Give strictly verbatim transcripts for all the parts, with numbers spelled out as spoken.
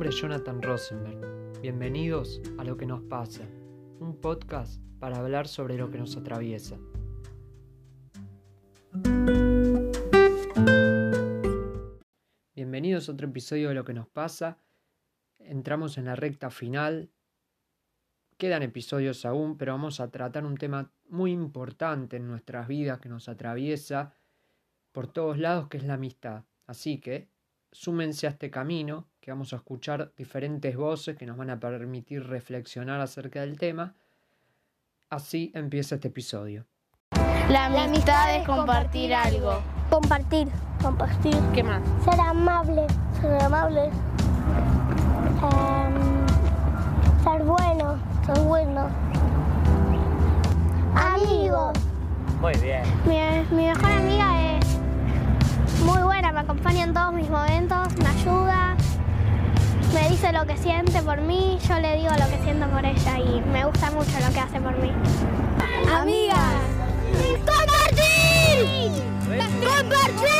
de Jonathan Rosenberg. Bienvenidos a Lo que nos pasa, un podcast para hablar sobre lo que nos atraviesa. Bienvenidos a otro episodio de Lo que nos pasa. Entramos en la recta final. Quedan episodios aún, pero vamos a tratar un tema muy importante en nuestras vidas que nos atraviesa por todos lados, que es la amistad. Así que súmense a este camino, que vamos a escuchar diferentes voces que nos van a permitir reflexionar acerca del tema. Así empieza este episodio. La amistad es compartir algo. Compartir, compartir. ¿Qué más? Ser amable, ser amable. Um, ser bueno, ser bueno. Amigos. Muy bien. Mi, mi mejor amiga es muy buena, me acompaña en todos mis momentos, me ayuda, me dice lo que siente por mí, yo le digo lo que siento por ella y me gusta mucho lo que hace por mí. Amigas. ¡Compartir! ¡Compartir!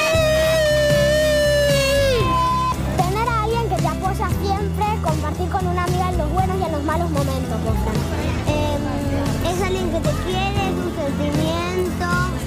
Tener a alguien que te apoya siempre, compartir con una amiga en los buenos y en los malos momentos. Eh, es alguien que te quiere, es un sentimiento,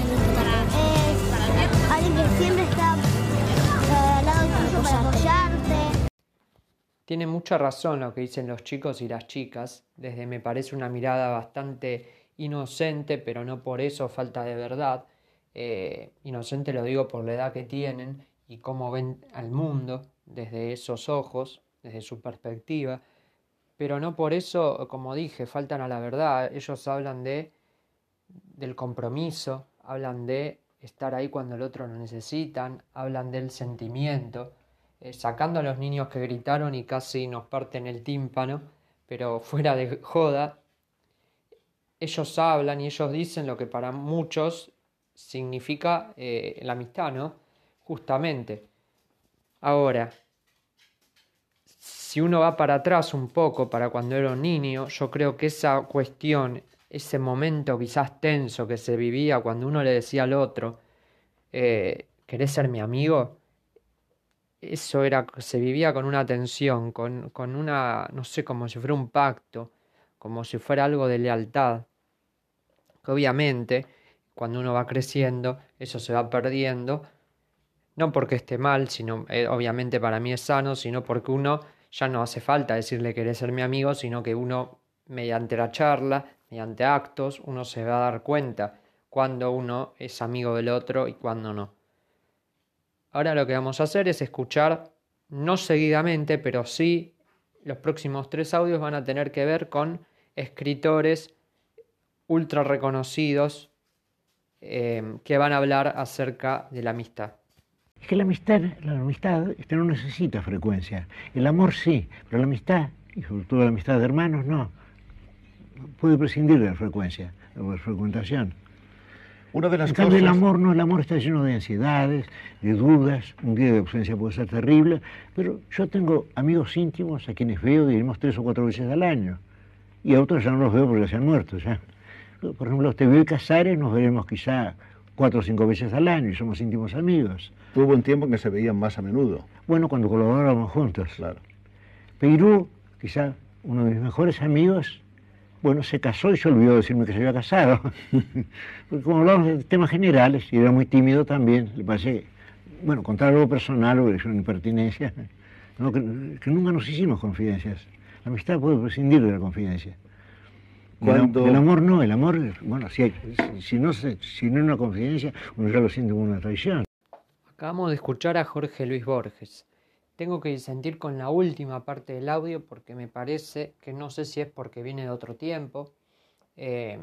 es alguien que siempre está eh, al lado tuyo para apoyarte. Tiene mucha razón lo que dicen los chicos y las chicas. Desde me parece una mirada bastante inocente, pero no por eso falta de verdad. Eh, inocente lo digo por la edad que tienen y cómo ven al mundo desde esos ojos, desde su perspectiva, pero no por eso, como dije, faltan a la verdad. Ellos hablan de del compromiso, hablan de estar ahí cuando el otro lo necesitan, hablan del sentimiento, eh, sacando a los niños que gritaron y casi nos parten el tímpano, pero fuera de joda. Ellos hablan y ellos dicen lo que para muchos significa eh, la amistad, ¿no? Justamente. Ahora, si uno va para atrás un poco, para cuando era un niño, yo creo que esa cuestión, ese momento quizás tenso que se vivía cuando uno le decía al otro, eh, ¿querés ser mi amigo? Eso era, se vivía con una tensión, con, con una, no sé, como si fuera un pacto, como si fuera algo de lealtad. Que obviamente, cuando uno va creciendo, eso se va perdiendo, no porque esté mal, sino, eh, obviamente para mí es sano, sino porque uno ya no hace falta decirle querés ser mi amigo, sino que uno, mediante la charla, mediante actos, uno se va a dar cuenta cuando uno es amigo del otro y cuando no. Ahora lo que vamos a hacer es escuchar, no seguidamente, pero sí, los próximos tres audios van a tener que ver con escritores ultra reconocidos eh, que van a hablar acerca de la amistad. Es que la amistad, la amistad este, no necesita frecuencia. El amor sí, pero la amistad, y sobre todo la amistad de hermanos, no. Puede prescindir de la frecuencia, de la frecuentación. Una de las en cambio, cosas... el amor no, el amor está lleno de ansiedades, de dudas, un día de ausencia puede ser terrible, pero yo tengo amigos íntimos a quienes veo, diríamos, tres o cuatro veces al año, y a otros ya no los veo porque ya se han muerto, ya. Por ejemplo, te veo y Casares, nos veremos quizá cuatro o cinco veces al año y somos íntimos amigos. Tuvo un tiempo en que se veían más a menudo. Bueno, cuando colaborábamos juntos. Claro. Peirú, quizá uno de mis mejores amigos, bueno, se casó y se olvidó de decirme que se había casado. Porque como hablamos de temas generales, y era muy tímido también, le parece, bueno, contar algo personal o es una impertinencia, no, que, que nunca nos hicimos confidencias. La amistad puede prescindir de la confidencia. Cuando... El, el amor no, el amor, bueno, si, hay, si, si no se, si no es una confidencia, uno ya lo siente como una traición. Acabamos de escuchar a Jorge Luis Borges. Tengo que disentir con la última parte del audio porque me parece que no sé si es porque viene de otro tiempo, eh,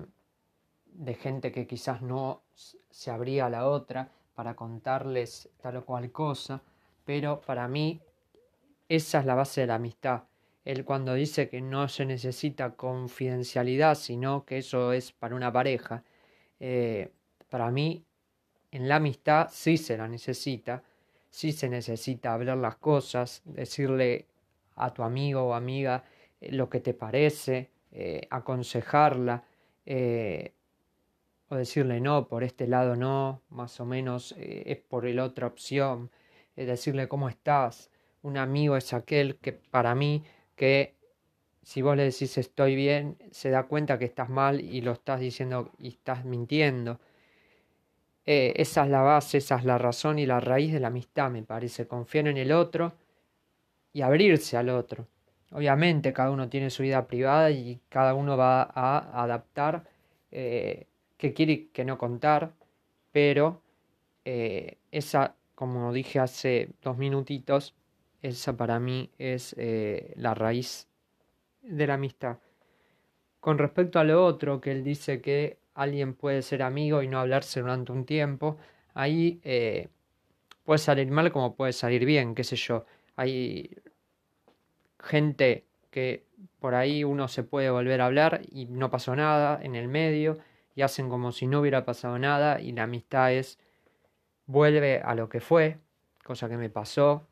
de gente que quizás no se abría a la otra para contarles tal o cual cosa, pero para mí esa es la base de la amistad. Él cuando dice que no se necesita confidencialidad, sino que eso es para una pareja, eh, para mí en la amistad sí se la necesita, sí se necesita hablar las cosas, decirle a tu amigo o amiga eh, lo que te parece, eh, aconsejarla, eh, o decirle no, por este lado no, más o menos eh, es por la otra opción, eh, decirle cómo estás, un amigo es aquel que para mí que si vos le decís estoy bien, se da cuenta que estás mal y lo estás diciendo y estás mintiendo. Eh, esa es la base, esa es la razón y la raíz de la amistad, me parece. Confiar en el otro y abrirse al otro. Obviamente cada uno tiene su vida privada y cada uno va a adaptar eh, qué quiere y qué no contar, pero eh, esa, como dije hace dos minutitos, esa para mí es eh, la raíz de la amistad. Con respecto a lo otro, que él dice que alguien puede ser amigo y no hablarse durante un tiempo, ahí eh, puede salir mal como puede salir bien, qué sé yo. Hay gente que por ahí uno se puede volver a hablar y no pasó nada en el medio y hacen como si no hubiera pasado nada y la amistad es vuelve a lo que fue, cosa que me pasó.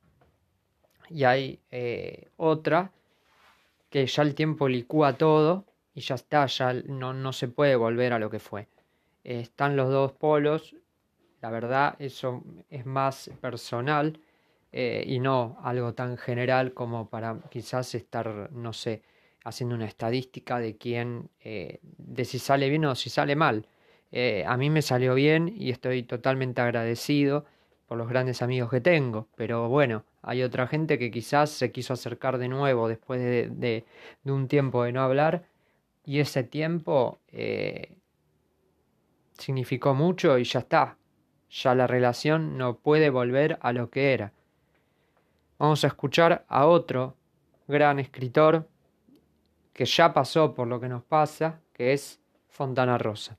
Y hay eh, otra que ya el tiempo licúa todo y ya está, ya no, no se puede volver a lo que fue. Eh, están los dos polos, la verdad eso es más personal eh, y no algo tan general como para quizás estar, no sé, haciendo una estadística de quién, eh, de si sale bien o si sale mal. Eh, a mí me salió bien y estoy totalmente agradecido por los grandes amigos que tengo, pero bueno, hay otra gente que quizás se quiso acercar de nuevo después de, de, de un tiempo de no hablar y ese tiempo eh, significó mucho y ya está, ya la relación no puede volver a lo que era. Vamos a escuchar a otro gran escritor que ya pasó por lo que nos pasa, que es Fontana Rosa.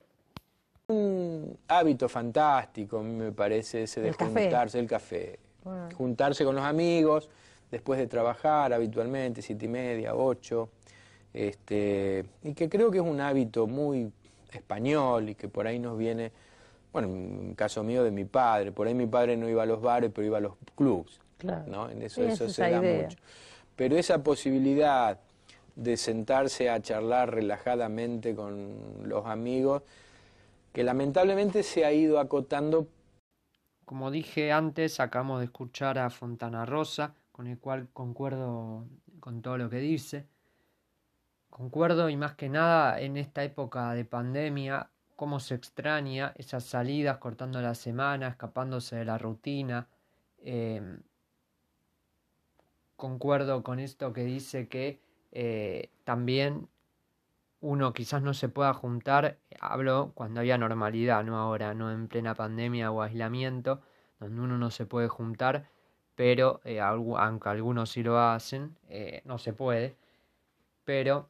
Un hábito fantástico, a mí me parece ese de el café. juntarse, el café. Bueno. Juntarse con los amigos, después de trabajar habitualmente, siete y media, ocho, este, y que creo que es un hábito muy español y que por ahí nos viene, bueno, en el caso mío de mi padre, por ahí mi padre no iba a los bares, pero iba a los clubs, claro. ¿no? En eso, Sí, eso es se esa da idea. mucho. Pero esa posibilidad de sentarse a charlar relajadamente con los amigos, que lamentablemente se ha ido acotando. Como dije antes, acabamos de escuchar a Fontana Rosa, con el cual concuerdo con todo lo que dice. Concuerdo y más que nada en esta época de pandemia, cómo se extraña esas salidas, cortando la semana, escapándose de la rutina. Eh, concuerdo con esto que dice que eh, también uno quizás no se pueda juntar, hablo cuando había normalidad, no ahora, no en plena pandemia o aislamiento, donde uno no se puede juntar, pero eh, aunque algunos sí lo hacen, eh, no se puede, pero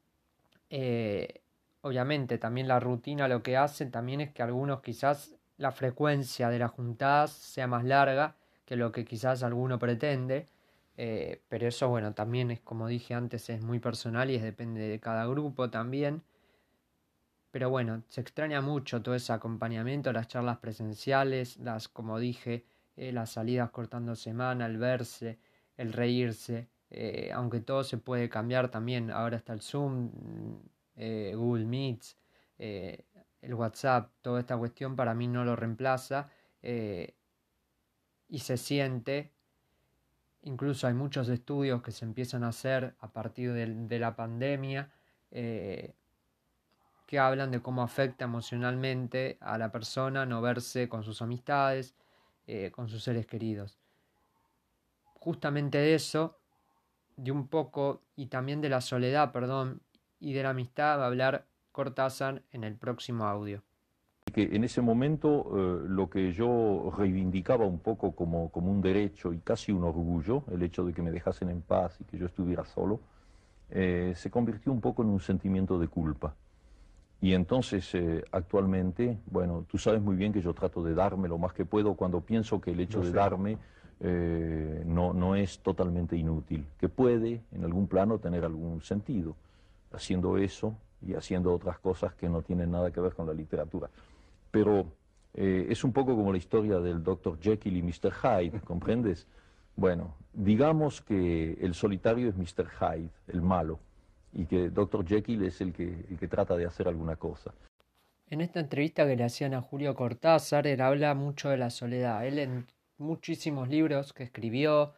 eh, obviamente también la rutina lo que hace también es que algunos quizás la frecuencia de las juntadas sea más larga que lo que quizás alguno pretende. Eh, pero eso, bueno, también es, como dije antes, es muy personal y es, depende de cada grupo también. Pero bueno, se extraña mucho todo ese acompañamiento, las charlas presenciales, las, como dije, eh, las salidas cortando semana, el verse, el reírse. Eh, aunque todo se puede cambiar también, ahora está el Zoom, eh, Google Meets, eh, el WhatsApp, toda esta cuestión para mí no lo reemplaza eh, y se siente. Incluso hay muchos estudios que se empiezan a hacer a partir de, de la pandemia eh, que hablan de cómo afecta emocionalmente a la persona no verse con sus amistades, eh, con sus seres queridos. Justamente de eso, de un poco, y también de la soledad, perdón, y de la amistad va a hablar Cortázar en el próximo audio. Que en ese momento eh, lo que yo reivindicaba un poco como, como un derecho y casi un orgullo, el hecho de que me dejasen en paz y que yo estuviera solo, eh, se convirtió un poco en un sentimiento de culpa. Y entonces eh, actualmente, bueno, tú sabes muy bien que yo trato de darme lo más que puedo cuando pienso que el hecho Lo de sé. darme eh, no, no es totalmente inútil, que puede en algún plano tener algún sentido, haciendo eso y haciendo otras cosas que no tienen nada que ver con la literatura. Pero eh, es un poco como la historia del doctor Jekyll y mister Hyde, ¿comprendes? Bueno, digamos que el solitario es mister Hyde, el malo, y que doctor Jekyll es el que, el que trata de hacer alguna cosa. En esta entrevista que le hacían a Julio Cortázar, él habla mucho de la soledad. Él en muchísimos libros que escribió,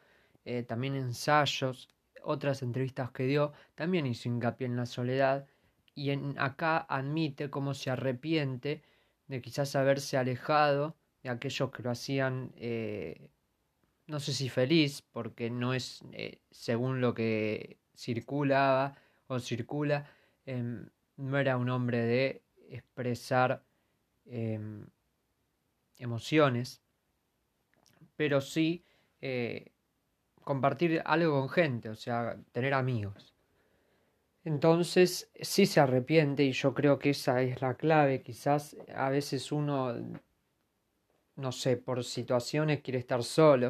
eh, también ensayos, otras entrevistas que dio, también hizo hincapié en la soledad y en, acá admite cómo se arrepiente de quizás haberse alejado de aquellos que lo hacían, eh, no sé si feliz, porque no es eh, según lo que circulaba o circula, eh, no era un hombre de expresar eh, emociones, pero sí eh, compartir algo con gente, o sea, tener amigos. Entonces sí se arrepiente y yo creo que esa es la clave. Quizás a veces uno, no sé, por situaciones quiere estar solo,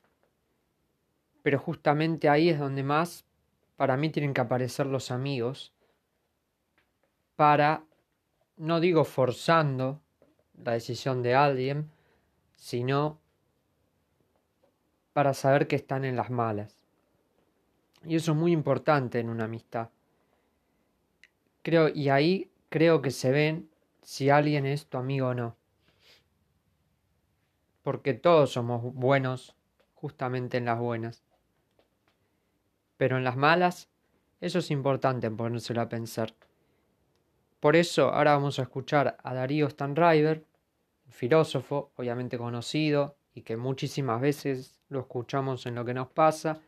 pero justamente ahí es donde más para mí tienen que aparecer los amigos para, no digo forzando la decisión de alguien, sino para saber que están en las malas. Y eso es muy importante en una amistad. Creo, y ahí creo que se ven si alguien es tu amigo o no. Porque todos somos buenos justamente en las buenas. Pero en las malas, eso es importante ponérselo a pensar. Por eso ahora vamos a escuchar a Darío Stanraiver, filósofo, obviamente conocido, y que muchísimas veces lo escuchamos en Lo que nos pasa,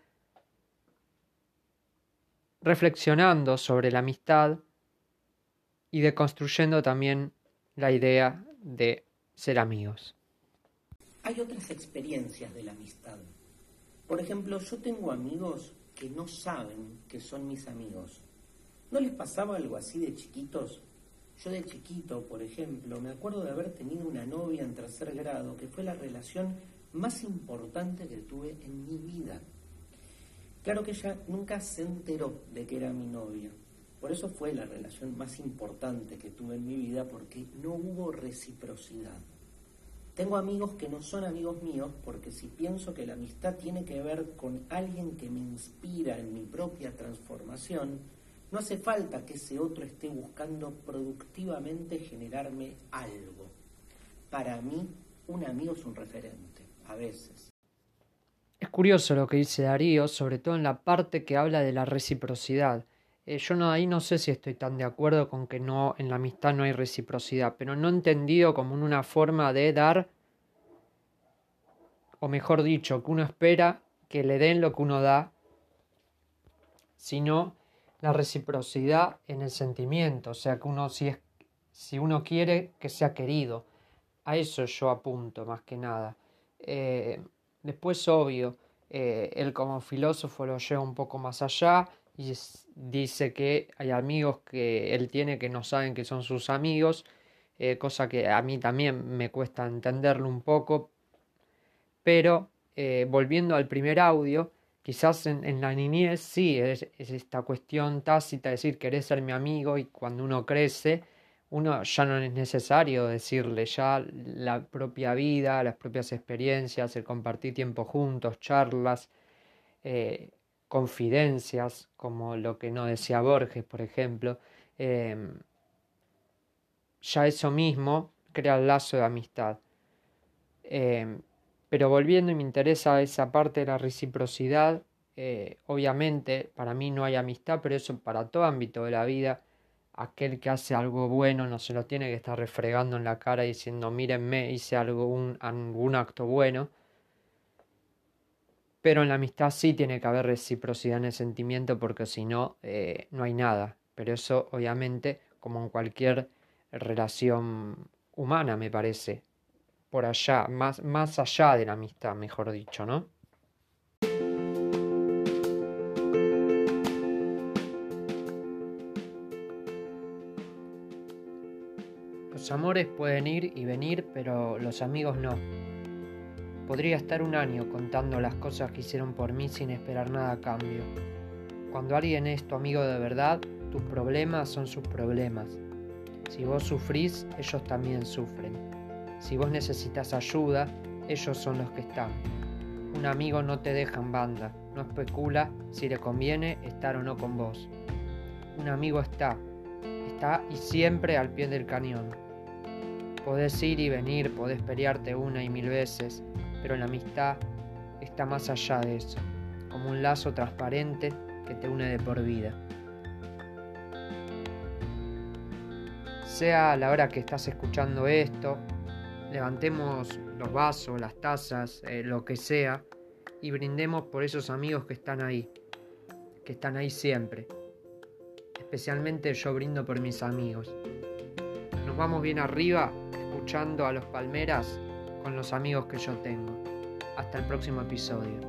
reflexionando sobre la amistad y deconstruyendo también la idea de ser amigos. Hay otras experiencias de la amistad. Por ejemplo, yo tengo amigos que no saben que son mis amigos. ¿No les pasaba algo así de chiquitos? Yo de chiquito, por ejemplo, me acuerdo de haber tenido una novia en tercer grado que fue la relación más importante que tuve en mi vida. Claro que ella nunca se enteró de que era mi novia. Por eso fue la relación más importante que tuve en mi vida, porque no hubo reciprocidad. Tengo amigos que no son amigos míos porque si pienso que la amistad tiene que ver con alguien que me inspira en mi propia transformación, no hace falta que ese otro esté buscando productivamente generarme algo. Para mí, un amigo es un referente, a veces. Es curioso lo que dice Darío, sobre todo en la parte que habla de la reciprocidad. Eh, yo no, ahí no sé si estoy tan de acuerdo con que no en la amistad no hay reciprocidad, pero no entendido como en una forma de dar, o mejor dicho, que uno espera que le den lo que uno da, sino la reciprocidad en el sentimiento, o sea, que uno si, es, si uno quiere que sea querido. A eso yo apunto más que nada. Eh, después, obvio, eh, él como filósofo lo lleva un poco más allá y dice que hay amigos que él tiene que no saben que son sus amigos, eh, cosa que a mí también me cuesta entenderlo un poco, pero eh, volviendo al primer audio, quizás en, en la niñez sí, es, es esta cuestión tácita de decir querés ser mi amigo, y cuando uno crece, uno ya no es necesario decirle, ya la propia vida, las propias experiencias, el compartir tiempo juntos, charlas, eh, confidencias, como lo que no decía Borges, por ejemplo, eh, ya eso mismo crea el lazo de amistad. Eh, pero volviendo, y me interesa esa parte de la reciprocidad, eh, obviamente para mí no hay amistad, pero eso para todo ámbito de la vida. Aquel que hace algo bueno no se lo tiene que estar refregando en la cara diciendo mírenme, hice algo, un, algún acto bueno. Pero en la amistad sí tiene que haber reciprocidad en el sentimiento, porque si no, eh, no hay nada. Pero eso obviamente, como en cualquier relación humana, me parece, por allá, más, más allá de la amistad, mejor dicho, ¿no? Los amores pueden ir y venir, pero los amigos no. Podría estar un año contando las cosas que hicieron por mí sin esperar nada a cambio. Cuando alguien es tu amigo de verdad, tus problemas son sus problemas. Si vos sufrís, ellos también sufren. Si vos necesitas ayuda, ellos son los que están. Un amigo no te deja en banda, no especula si le conviene estar o no con vos. Un amigo está, está y siempre al pie del cañón. Podés ir y venir, podés pelearte una y mil veces, pero la amistad está más allá de eso. como un lazo transparente que te une de por vida. Sea a la hora que estás escuchando esto, levantemos los vasos, las tazas, eh, lo que sea, y brindemos por esos amigos que están ahí, que están ahí siempre. Especialmente yo brindo por mis amigos. Nos vamos bien arriba, escuchando a los Palmeras con los amigos que yo tengo. Hasta el próximo episodio.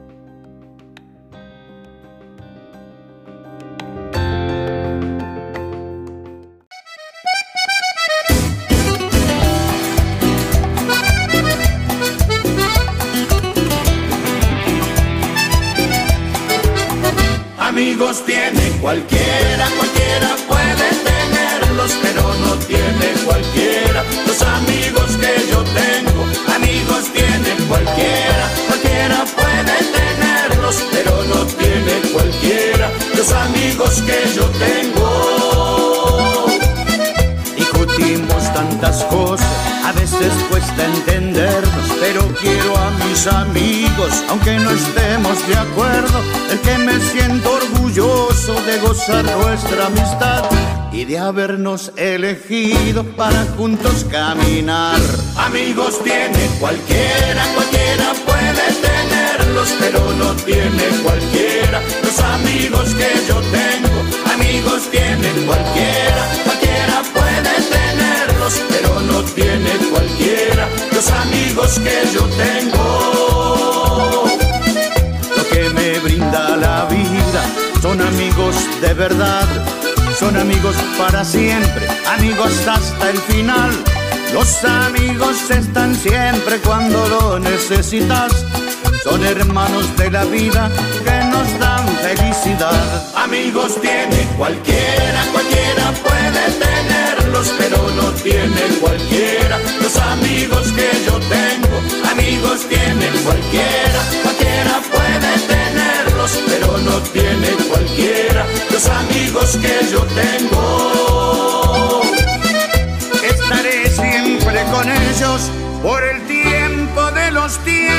Amigos tiene cualquiera, cualquiera puede tenerlos, pero no tiene cualquiera los amigos que yo tengo. Amigos tiene cualquiera, cualquiera puede tenerlos, pero no tiene cualquiera los amigos que yo tengo. Discutimos tantas cosas, a veces cuesta entendernos, pero quiero a mis amigos, aunque no estemos de acuerdo, el que me siento orgulloso de gozar nuestra amistad y de habernos elegido para juntos caminar. Amigos tiene cualquiera, cualquiera puede tenerlos, pero no tiene cualquiera los amigos que yo tengo. Amigos tiene cualquiera, cualquiera puede tenerlos, pero no tiene cualquiera los amigos que yo tengo. Lo que me brinda la vida son amigos de verdad, son amigos para siempre, amigos hasta el final. Los amigos están siempre cuando lo necesitas, son hermanos de la vida que nos dan felicidad. Amigos tiene cualquiera, cualquiera puede tenerlos, pero no tiene cualquiera los amigos que yo tengo. Amigos tiene cualquiera, cualquiera puede tenerlos, pero no tiene cualquiera los amigos que yo tengo. Estaré siempre con ellos por el tiempo de los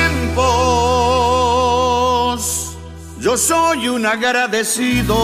tiempos. Yo soy un agradecido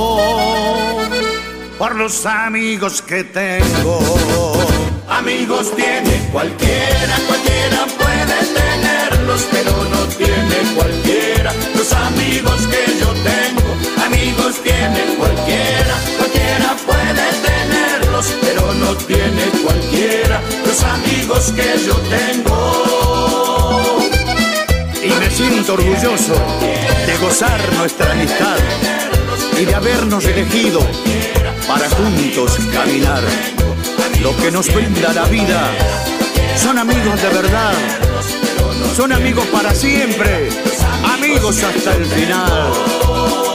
por los amigos que tengo. Amigos tiene cualquiera, cualquiera puede tenerlos, pero no tiene cualquiera los amigos que yo tengo. Amigos tiene cualquiera, cualquiera puede tenerlos, pero no tiene cualquiera los amigos que yo tengo. Y me siento orgulloso de gozar nuestra amistad y de habernos elegido para juntos caminar. Lo que nos brinda la vida son amigos de verdad, son amigos para siempre, amigos hasta el final.